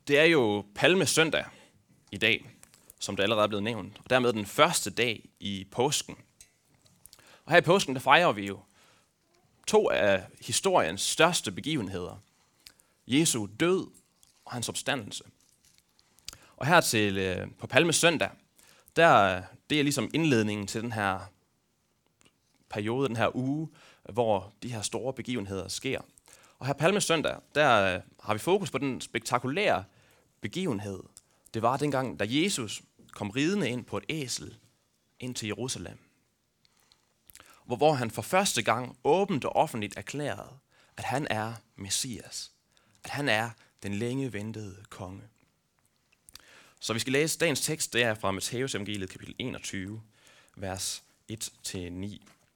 Det er jo Palmesøndag i dag, som det allerede er blevet nævnt, og dermed den første dag i påsken. Og her i påsken, der fejrer vi jo to af historiens største begivenheder. Jesu død og hans opstandelse. Og her på Palmesøndag, det er ligesom indledningen til den her periode, den her uge, hvor de her store begivenheder sker. Og her Palmesøndag, der har vi fokus på den spektakulære begivenhed. Det var dengang, da Jesus kom ridende ind på et æsel ind til Jerusalem. Hvor han for første gang åbent og offentligt erklærede, at han er Messias. At han er den længe ventede konge. Så vi skal læse dagens tekst, det er fra Matthæus evangeliet kapitel 21, vers 1-9.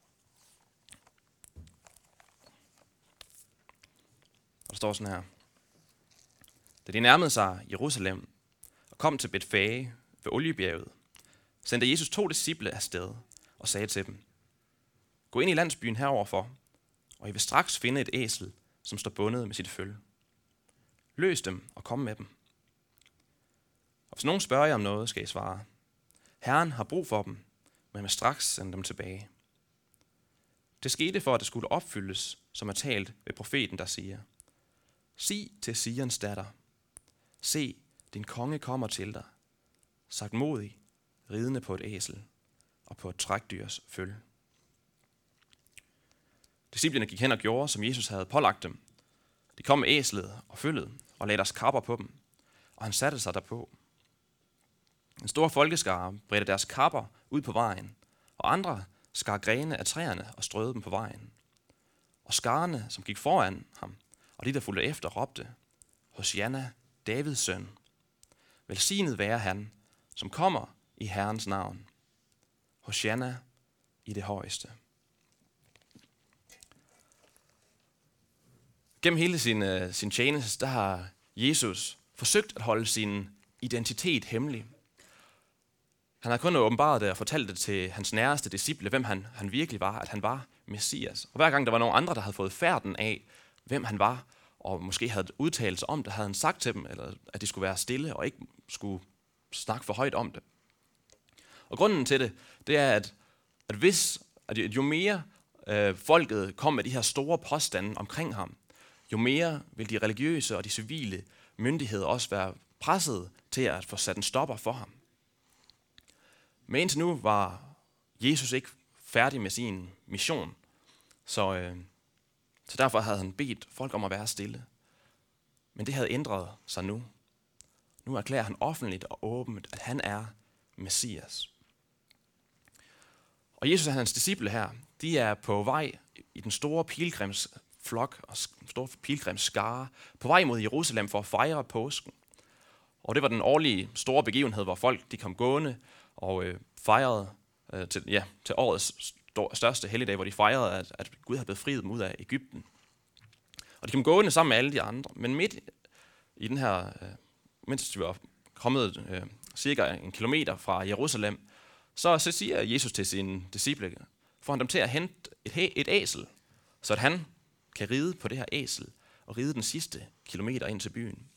Og der står sådan her. Da de nærmede sig Jerusalem og kom til Betfage ved Oliebjerget, sendte Jesus 2 disciple afsted og sagde til dem: Gå ind i landsbyen heroverfor, og I vil straks finde et æsel, som står bundet med sit føl. Løs dem og kom med dem. Og hvis nogen spørger jer om noget, skal I svare: Herren har brug for dem, men vil straks sende dem tilbage. Det skete for, at det skulle opfyldes, som er talt ved profeten, der siger: Sig til Sions datter: Se, din konge kommer til dig, sagtmodig, ridende på et æsel og på et trækdyrs føl. Disciplene gik hen og gjorde, som Jesus havde pålagt dem. De kom med æslet og følget og lagde deres kapper på dem, og han satte sig derpå. En stor folkeskare bredte deres kapper ud på vejen, og andre skar grene af træerne og strøede dem på vejen. Og skarne, som gik foran ham, og de, der fulgte efter, råbte: Hosianna, Davids søn. Velsignet være han, som kommer i Herrens navn. Hosianna i det højeste. Gennem hele sin tjeneste, der har Jesus forsøgt at holde sin identitet hemmelig. Han har kun åbenbaret det og fortalt det til hans næreste disciple, hvem han virkelig var, at han var Messias. Og hver gang der var nogen andre, der havde fået færden af, hvem han var, og måske havde udtalt sig om det, havde han sagt til dem, eller at de skulle være stille og ikke skulle snakke for højt om det. Og grunden til det er, at jo mere folket kom med de her store påstande omkring ham, jo mere vil de religiøse og de civile myndigheder også være presset til at få sat en stopper for ham. Men indtil nu var Jesus ikke færdig med sin mission, så derfor havde han bedt folk om at være stille. Men det havde ændret sig nu. Nu erklærer han offentligt og åbent, at han er Messias. Og Jesus og hans disciple her, de er på vej i den store pilgrimsflok og store pilgrimsskare, på vej mod Jerusalem for at fejre påsken. Og det var den årlige store begivenhed, hvor folk de kom gående og fejrede til årets største helligdag, hvor de fejrede, at Gud havde befriet dem ud af Egypten. Og de kom gående sammen med alle de andre, men midt i den her, mens de var kommet cirka 1 kilometer fra Jerusalem, så siger Jesus til sine disciple, får han dem til at hente et æsel, så at han kan ride på det her æsel og ride den sidste kilometer ind til byen.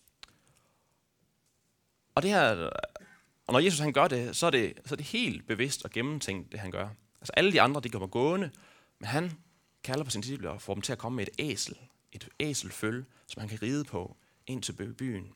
Og når Jesus han gør det, så er det helt bevidst og gennemtænkt, det han gør. Altså alle de andre, de kommer gående, men han kalder på sine disciple og får dem til at komme med et æselføl, som han kan ride på ind til byen.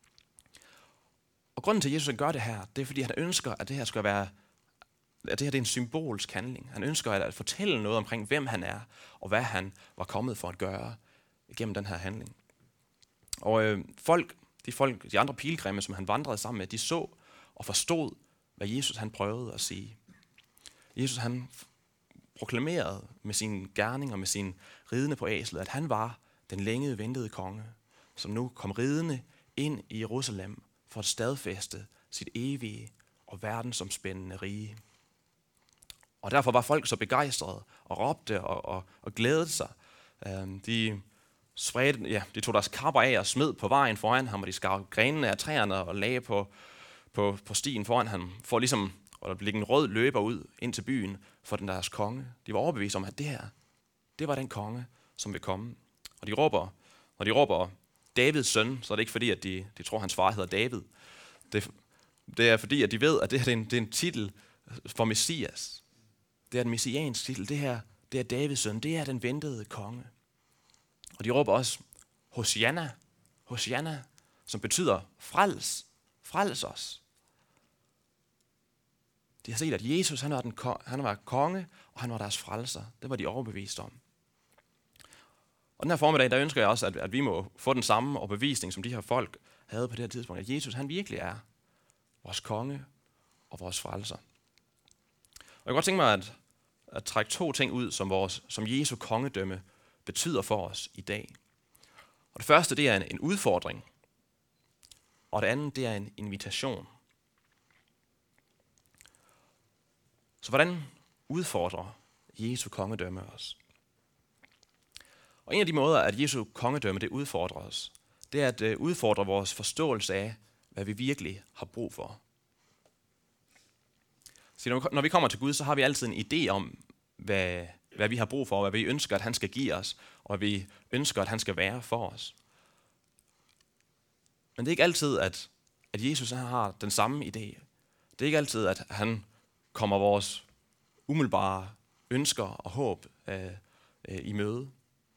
Og grunden til, at Jesus gør det her, det er, fordi han ønsker, at det her skal være, at det her det er en symbolsk handling. Han ønsker at fortælle noget omkring, hvem han er, og hvad han var kommet for at gøre gennem den her handling. Og de andre pilgrimme, som han vandrede sammen med, de så og forstod, hvad Jesus han prøvede at sige. Jesus han proklamerede med sine gerninger, med sin ridende på æslet, at han var den længe ventede konge, som nu kom ridende ind i Jerusalem for at stadfæste sit evige og verdensomspændende rige. Og derfor var folk så begejstrede og råbte og glædede sig. De tog deres kapper af og smed på vejen foran ham, og de skar grenene af træerne og lagde på stien foran ham, for ligesom at lægge en rød løber ud ind til byen for den deres konge. De var overbevist om, at det var den konge, som vil komme. Og når de råber Davids søn, så er det ikke fordi, at de tror, at hans far hedder David. Det er fordi, at de ved, at det her det er en titel for Messias. Det er en messiansk titel. Det her, det er Davids søn. Det er den ventede konge. Og de råber også, Hosianna, Hosianna, som betyder frels os. De har set, at Jesus han var konge, og han var deres frelser. Det var de overbevist om. Og den her formiddag, der ønsker jeg også, at vi må få den samme overbevisning, som de her folk havde på det her tidspunkt, at Jesus han virkelig er vores konge og vores frelser. Og jeg kan godt tænke mig at trække 2 ting ud, som Jesu kongedømme betyder for os i dag. Og det første, det er en udfordring, og det andet, det er en invitation. Så hvordan udfordrer Jesu kongedømme os? Og en af de måder, at Jesu kongedømme det udfordrer os, det er at udfordre vores forståelse af, hvad vi virkelig har brug for. Så når vi kommer til Gud, så har vi altid en idé om, hvad vi har brug for, hvad vi ønsker, at han skal give os, og hvad vi ønsker, at han skal være for os. Men det er ikke altid, at Jesus han har den samme idé. Det er ikke altid, at han kommer vores umiddelbare ønsker og håb i møde.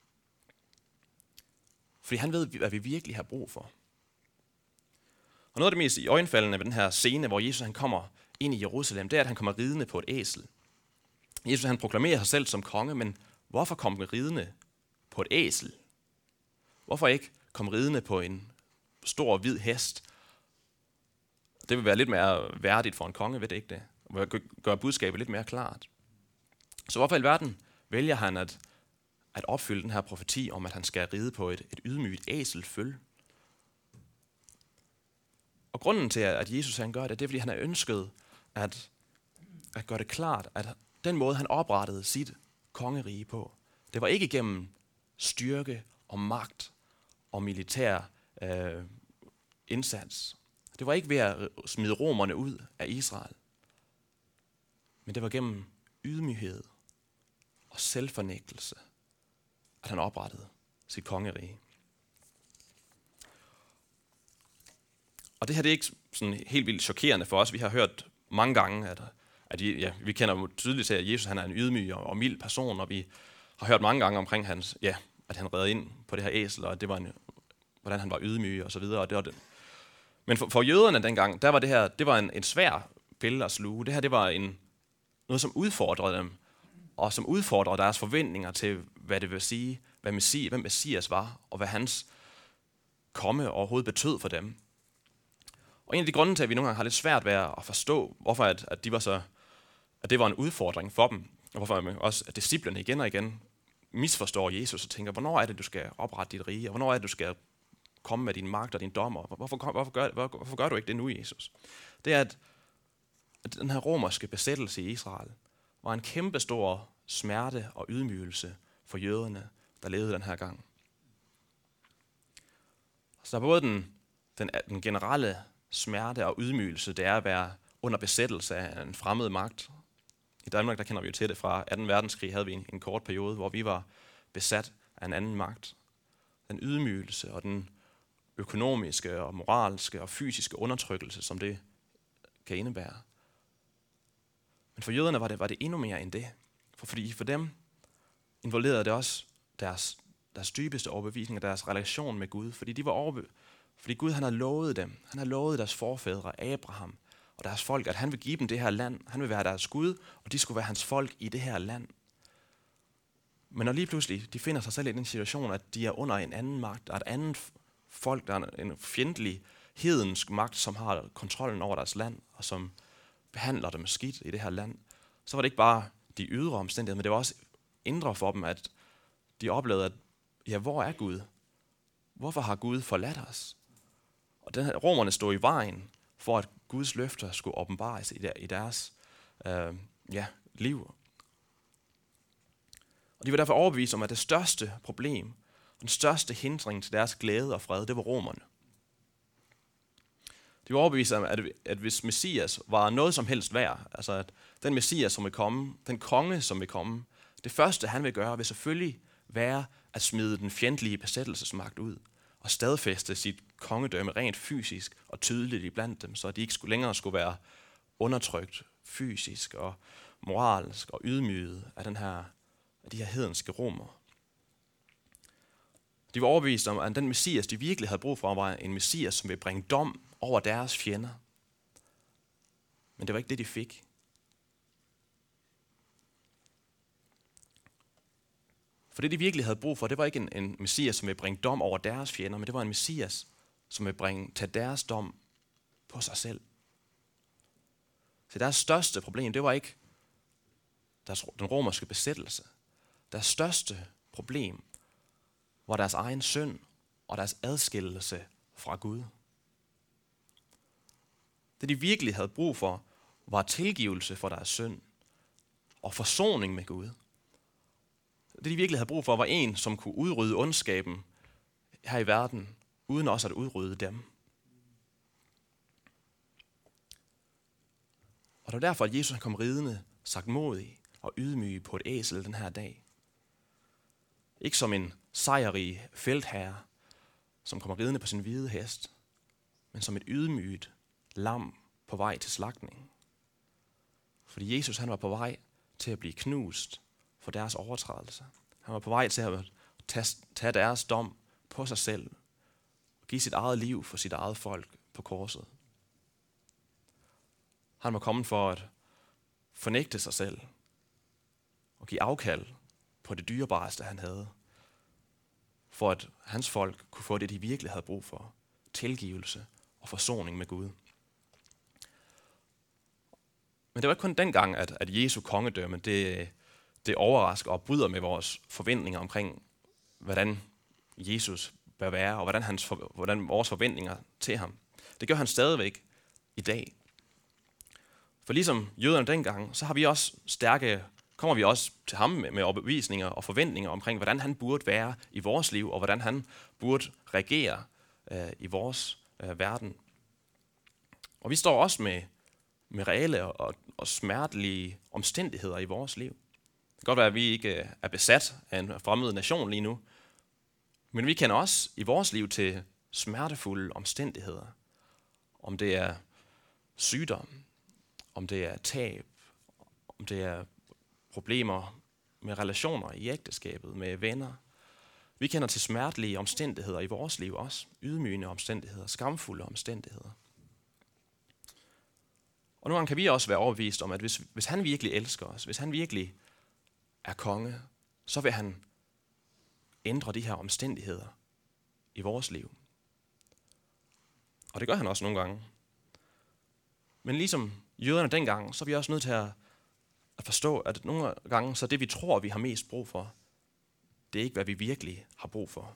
Fordi han ved, hvad vi virkelig har brug for. Og noget af det mest iøjnefaldende ved den her scene, hvor Jesus han kommer ind i Jerusalem, det er, at han kommer ridende på et æsel. Jesus han proklamerer sig selv som konge, men hvorfor komme ridende på et æsel? Hvorfor ikke komme ridende på en stor hvid hest? Det vil være lidt mere værdigt for en konge, ved det ikke det? Og gøre budskabet lidt mere klart. Så hvorfor i alverden vælger han at opfylde den her profeti om, at han skal ride på et ydmygt æselføl? Og grunden til, at Jesus han gør det, det er, fordi han har ønsket at gøre det klart, at den måde, han oprettede sit kongerige på, det var ikke gennem styrke og magt og militær indsats. Det var ikke ved at smide romerne ud af Israel, men det var gennem ydmyghed og selvfornægtelse, at han oprettede sit kongerige. Og det her det er ikke sådan helt vildt chokerende for os. Vi har hørt mange gange, vi kender tydeligt til, at Jesus han er en ydmyg og mild person, og vi har hørt mange gange omkring at han redde ind på det her æsel, og det var hvordan han var ydmyg og så videre. Og det var det. Men for jøderne dengang, der var det var en svær pille at sluge. Det her det var noget, som udfordrede dem, og som udfordrede deres forventninger til, hvad det vil sige, hvem Messias var, og hvad hans komme overhovedet betød for dem. Og en af de grunde til, at vi nogle gange har lidt svært ved at forstå, hvorfor at det var en udfordring for dem, og hvorfor også at disciplerne igen og igen misforstår Jesus og tænker, hvornår er det, du skal oprette dit rige, og hvornår er det, du skal komme med din magt og din dom, og hvorfor gør du ikke det nu, Jesus? Det er, at den her romerske besættelse i Israel var en kæmpestor smerte og ydmygelse for jøderne, der levede den her gang. Så der er både den generelle smerte og ydmygelse, det er at være under besættelse af en fremmed magt. I Danmark, der kender vi jo til det fra 2. verdenskrig, havde vi en kort periode, hvor vi var besat af en anden magt. Den ydmygelse og den økonomiske og moralske og fysiske undertrykkelse, som det kan indebære. Men for jøderne var det endnu mere end det. Fordi for dem involverede det også deres dybeste overbevisning og deres relation med Gud. Fordi de var fordi Gud han har lovet dem, han har lovet deres forfædre, Abraham og deres folk, at han vil give dem det her land. Han vil være deres Gud, og de skulle være hans folk i det her land. Men når lige pludselig de finder sig selv i den situation, at de er under en anden magt, og et andet folk, der er en fjendtlig, hedensk magt, som har kontrollen over deres land, og som behandler dem skidt i det her land, så var det ikke bare de ydre omstændigheder, men det var også indre for dem, at de oplevede, at hvor er Gud? Hvorfor har Gud forladt os? Og romerne stod i vejen for, at Guds løfter skulle åbenbares i deres liv. Og de var derfor overbevist om, at det største problem, den største hindring til deres glæde og fred, det var romerne. De var overbevist om, at hvis Messias var noget som helst værd, altså at den Messias, som vil komme, den konge, som vil komme, det første, han vil gøre, vil selvfølgelig være at smide den fjendtlige besættelsesmagt ud. at stadfæste sit kongedømme rent fysisk og tydeligt iblandt dem, så de ikke længere skulle være undertrykt fysisk og moralsk og ydmyget af de her hedenske romer. De var overbevist om, at den Messias, de virkelig havde brug for, var en Messias, som ville bringe dom over deres fjender. Men det var ikke det, de fik. For det, de virkelig havde brug for, det var ikke en Messias, som ville bringe dom over deres fjender, men det var en Messias, som ville tage deres dom på sig selv. Så deres største problem, det var ikke den romerske besættelse. Deres største problem var deres egen synd og deres adskillelse fra Gud. Det, de virkelig havde brug for, var tilgivelse for deres synd og forsoning med Gud. Det, de virkelig havde brug for, var en, som kunne udrydde ondskaben her i verden, uden også at udrydde dem. Og det var derfor, at Jesus kom ridende, sagtmodig og ydmyg på et æsel den her dag. Ikke som en sejrrig feltherre, som kommer ridende på sin hvide hest, men som et ydmygt lam på vej til slagtning. Fordi Jesus, han var på vej til at blive knust for deres overtrædelser. Han var på vej til at tage deres dom på sig selv og give sit eget liv for sit eget folk på korset. Han var kommet for at fornægte sig selv og give afkald på det dyrebareste, han havde, for at hans folk kunne få det, de virkelig havde brug for: tilgivelse og forsoning med Gud. Men det var ikke kun dengang, at Jesu kongedømme det overrasker og bryder med vores forventninger omkring, hvordan Jesus bør være, og hvordan vores forventninger til ham. Det gør han stadigvæk i dag. For ligesom jøderne dengang, så kommer vi også til ham med overbevisninger og forventninger omkring, hvordan han burde være i vores liv, og hvordan han burde regere i vores verden. Og vi står også med reelle og smertelige omstændigheder i vores liv. Det kan godt være, at vi ikke er besat af en fremmed nation lige nu, men vi kender også i vores liv til smertefulde omstændigheder. Om det er sygdom, om det er tab, om det er problemer med relationer i ægteskabet, med venner. Vi kender til smertelige omstændigheder i vores liv også. Ydmygende omstændigheder, skamfulde omstændigheder. Og nogle gange kan vi også være overbevist om, at hvis han virkelig elsker os, hvis han virkelig er konge, så vil han ændre de her omstændigheder i vores liv. Og det gør han også nogle gange. Men ligesom jøderne dengang, så er vi også nødt til at forstå, at nogle gange, så det vi tror, vi har mest brug for, det er ikke, hvad vi virkelig har brug for.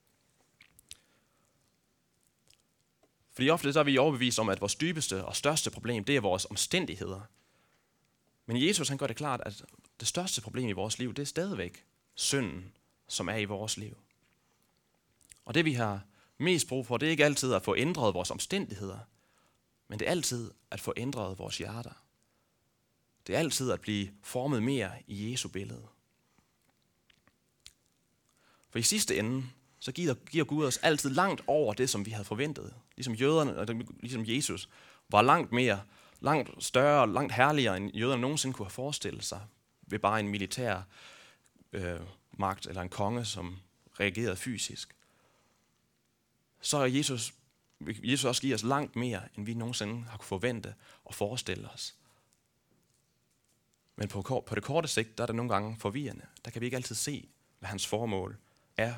Fordi ofte så er vi overbevist om, at vores dybeste og største problem, det er vores omstændigheder. Men Jesus, han gør det klart, at det største problem i vores liv, det er stadigvæk synden, som er i vores liv. Og det vi har mest brug for, det er ikke altid at få ændret vores omstændigheder, men det er altid at få ændret vores hjerter. Det er altid at blive formet mere i Jesu billede. For i sidste ende, så giver Gud os altid langt over det, som vi havde forventet. Ligesom jøderne, og ligesom Jesus, var langt større og langt herligere, end jøderne nogensinde kunne have forestillet sig, ved bare en militær magt eller en konge, som reagerede fysisk. Så er Jesus også giver os langt mere, end vi nogensinde har kunne forvente og forestille os. Men på det korte sigt, der er det nogle gange forvirrende. Der kan vi ikke altid se, hvad hans formål er.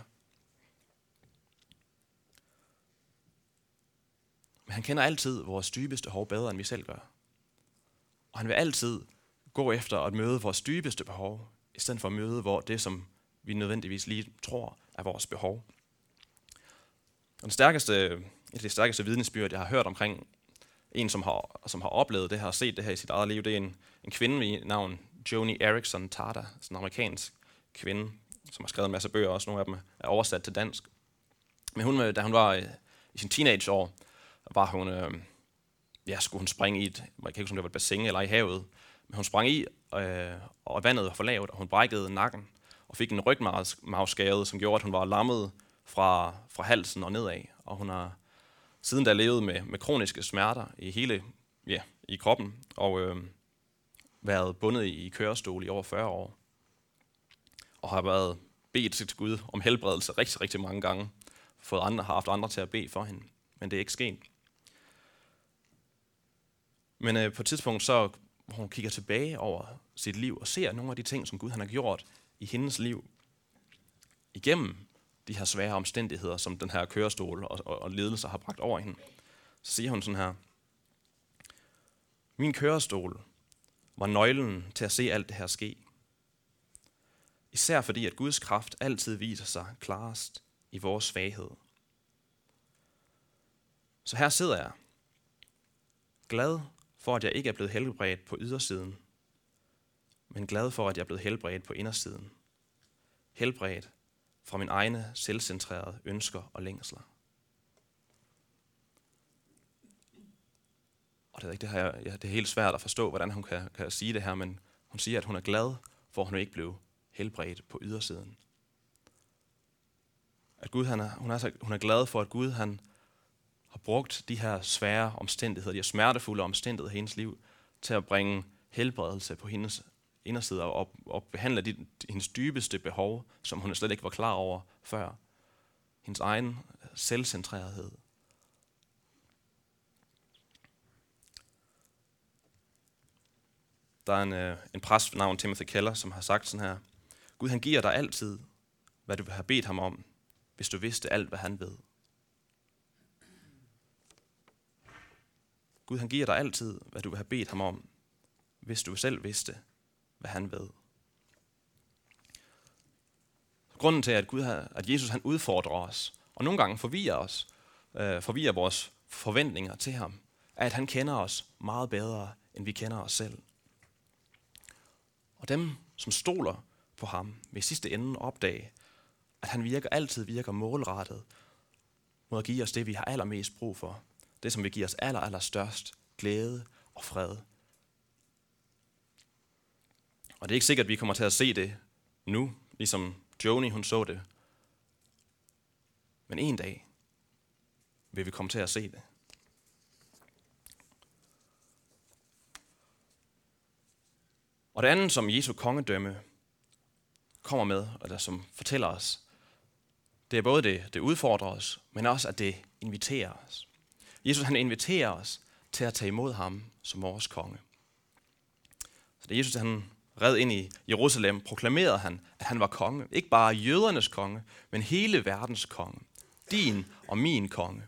Men han kender altid vores dybeste behov bedre, end vi selv gør. Og han vil altid gå efter at møde vores dybeste behov, i stedet for at møde det, som vi nødvendigvis lige tror er vores behov. Og et af de stærkeste vidnesbyrd, jeg har hørt omkring en, som har oplevet det her og set det her i sit eget liv, det er en kvinde ved navn Joni Eareckson Tada, en amerikansk kvinde, som har skrevet en masse bøger, også nogle af dem er oversat til dansk. Men da hun var i sin teenageår, skulle hun springe i jeg kan ikke huske, om det var et bassin eller i havet, men hun sprang i, og vandet var for lavt, og hun brækkede nakken, og fik en rygmarvsskade, som gjorde, at hun var lammet fra halsen og nedad, og hun har siden da levet med kroniske smerter i kroppen, og været bundet i kørestol i over 40 år, og har været bedt til Gud om helbredelse rigtig, rigtig mange gange, har haft andre til at bede for hende, men det er ikke sket. Men på et tidspunkt, så hun kigger tilbage over sit liv og ser nogle af de ting, som Gud han har gjort i hendes liv, igennem de her svære omstændigheder, som den her kørestol og ledelse har bragt over hende, så siger hun sådan her: min kørestol var nøglen til at se alt det her ske. Især fordi, at Guds kraft altid viser sig klarest i vores svaghed. Så her sidder jeg, glad for, at jeg ikke er blevet helbredt på ydersiden, men glad for, at jeg er blevet helbredt på indersiden. Helbredt fra mine egne selvcentrerede ønsker og længsler. Og det er helt svært at forstå, hvordan hun kan sige det her, men hun siger, at hun er glad for, at hun ikke blev helbredt på ydersiden. At Gud, hun er glad for, at Gud han har brugt de her svære omstændigheder, de her smertefulde omstændigheder i hendes liv, til at bringe helbredelse på hendes inderside og behandle hendes dybeste behov, som hun slet ikke var klar over før. Hendes egen selvcentrerethed. Der er en præst ved navn Timothy Keller, som har sagt sådan her: Gud han giver dig altid, hvad du vil have bedt ham om, hvis du vidste alt, hvad han ved. Gud han giver dig altid, hvad du vil have bedt ham om, hvis du selv vidste, hvad han ved. Grunden til, at Jesus han udfordrer os, og nogle gange forvirrer vores forventninger til ham, er, at han kender os meget bedre, end vi kender os selv. Og dem, som stoler på ham, vil i sidste ende opdage, at han altid virker målrettet mod at give os det, vi har allermest brug for. Det, som vil give os allerstørst glæde og fred. Og det er ikke sikkert, at vi kommer til at se det nu, ligesom Joni hun så det. Men en dag vil vi komme til at se det. Og det andet, som Jesu kongedømme kommer med, eller som fortæller os, det er både det udfordrer os, men også at det inviterer os. Jesus han inviterer os til at tage imod ham som vores konge. Så da Jesus han red ind i Jerusalem, proklamerede han, at han var konge. Ikke bare jødernes konge, men hele verdens konge. Din og min konge.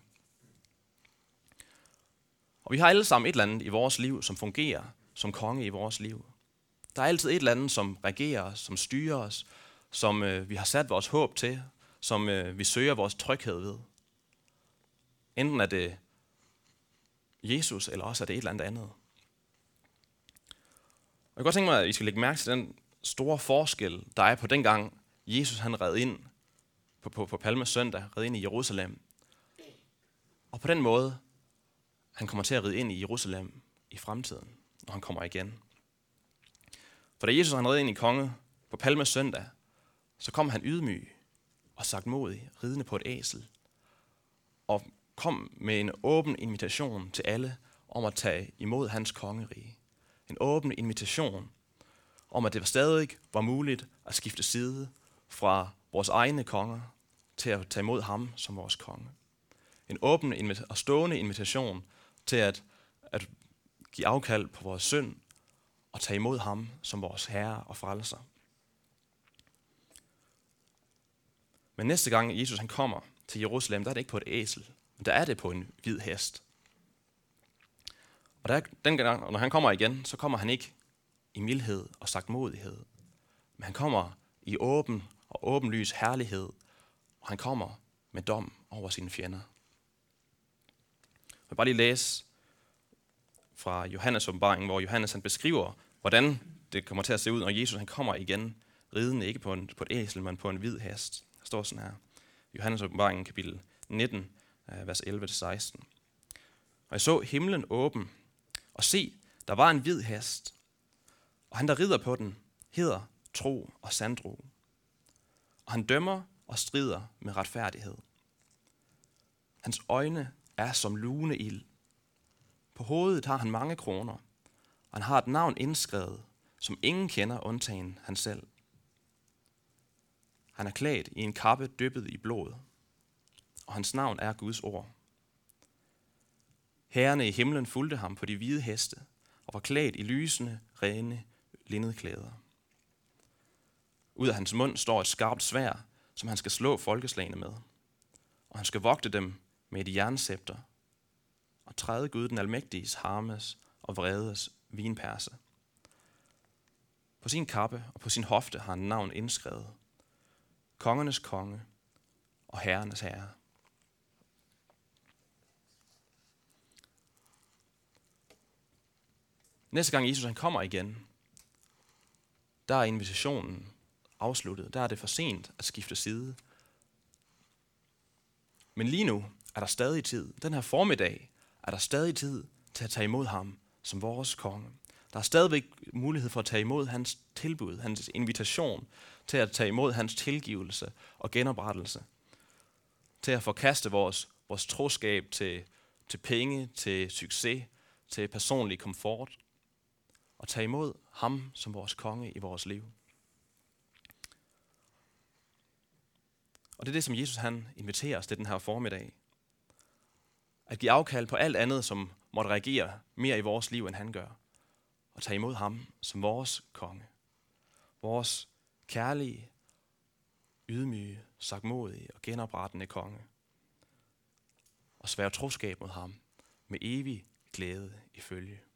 Og vi har alle sammen et eller andet i vores liv, som fungerer som konge i vores liv. Der er altid et eller andet, som regerer os, som styrer os, som vi har sat vores håb til, som vi søger vores tryghed ved. Enten er det Jesus, eller også er det et eller andet. Jeg kan godt tænke mig, at I skal lægge mærke til den store forskel, der er på dengang Jesus han red ind på Palmes søndag, red ind i Jerusalem. Og på den måde, han kommer til at ride ind i Jerusalem i fremtiden, når han kommer igen. For da Jesus han red ind i konge på Palmes søndag, så kom han ydmyg og sagtmodig, ridende på et æsel, og kom med en åben invitation til alle om at tage imod hans kongerige. En åben invitation om, at det stadig var muligt at skifte side fra vores egne konger til at tage imod ham som vores konge. En åben og stående invitation til at give afkald på vores synd og tage imod ham som vores herre og frelser. Men næste gang Jesus han kommer til Jerusalem, der er det ikke på et æsel, men der er det på en hvid hest. Og den gang, når han kommer igen, så kommer han ikke i mildhed og sagtmodighed, men han kommer i åbenlys herlighed, og han kommer med dom over sine fjender. Jeg vil bare lige læse fra Johannes åbenbaring, hvor Johannes han beskriver, hvordan det kommer til at se ud, når Jesus han kommer igen, ridende ikke på et æsel, men på en hvid hest. Der står sådan her, Johannes åbenbaring kapitel 19, vers 11-16. Og jeg så himlen åben, og se, der var en hvid hest, og han, der rider på den, hedder Tro og Sandro. Og han dømmer og strider med retfærdighed. Hans øjne er som lugende ild. På hovedet har han mange kroner, og han har et navn indskrevet, som ingen kender undtagen han selv. Han er klædt i en kappe dyppet i blod, og hans navn er Guds ord. Herrerne i himlen fulgte ham på de hvide heste, og var klædt i lysende, rene linnedklæder. Ud af hans mund står et skarpt sværd, som han skal slå folkeslagene med, og han skal vogte dem med et jernscepter, og træde Gud den almægtiges, harmes og vredes vinperse. På sin kappe og på sin hofte har han navn indskrevet: Kongernes konge og herrenes herre. Næste gang Jesus han kommer igen, der er invitationen afsluttet. Der er det for sent at skifte side. Men lige nu er der stadig tid. Den her formiddag er der stadig tid til at tage imod ham som vores konge. Der er stadigvæk mulighed for at tage imod hans tilbud, hans invitation til at tage imod hans tilgivelse og genoprettelse. Til at forkaste vores troskab til penge, til succes, til personlig komfort. Og tage imod ham som vores konge i vores liv. Og det er det, som Jesus han inviterer os til den her formiddag. At give afkald på alt andet, som måtte reagere mere i vores liv, end han gør. Og tage imod ham som vores konge. Vores kærlige, ydmyge, sagtmodige og genoprettende konge. Og svære troskab mod ham med evig glæde i følge.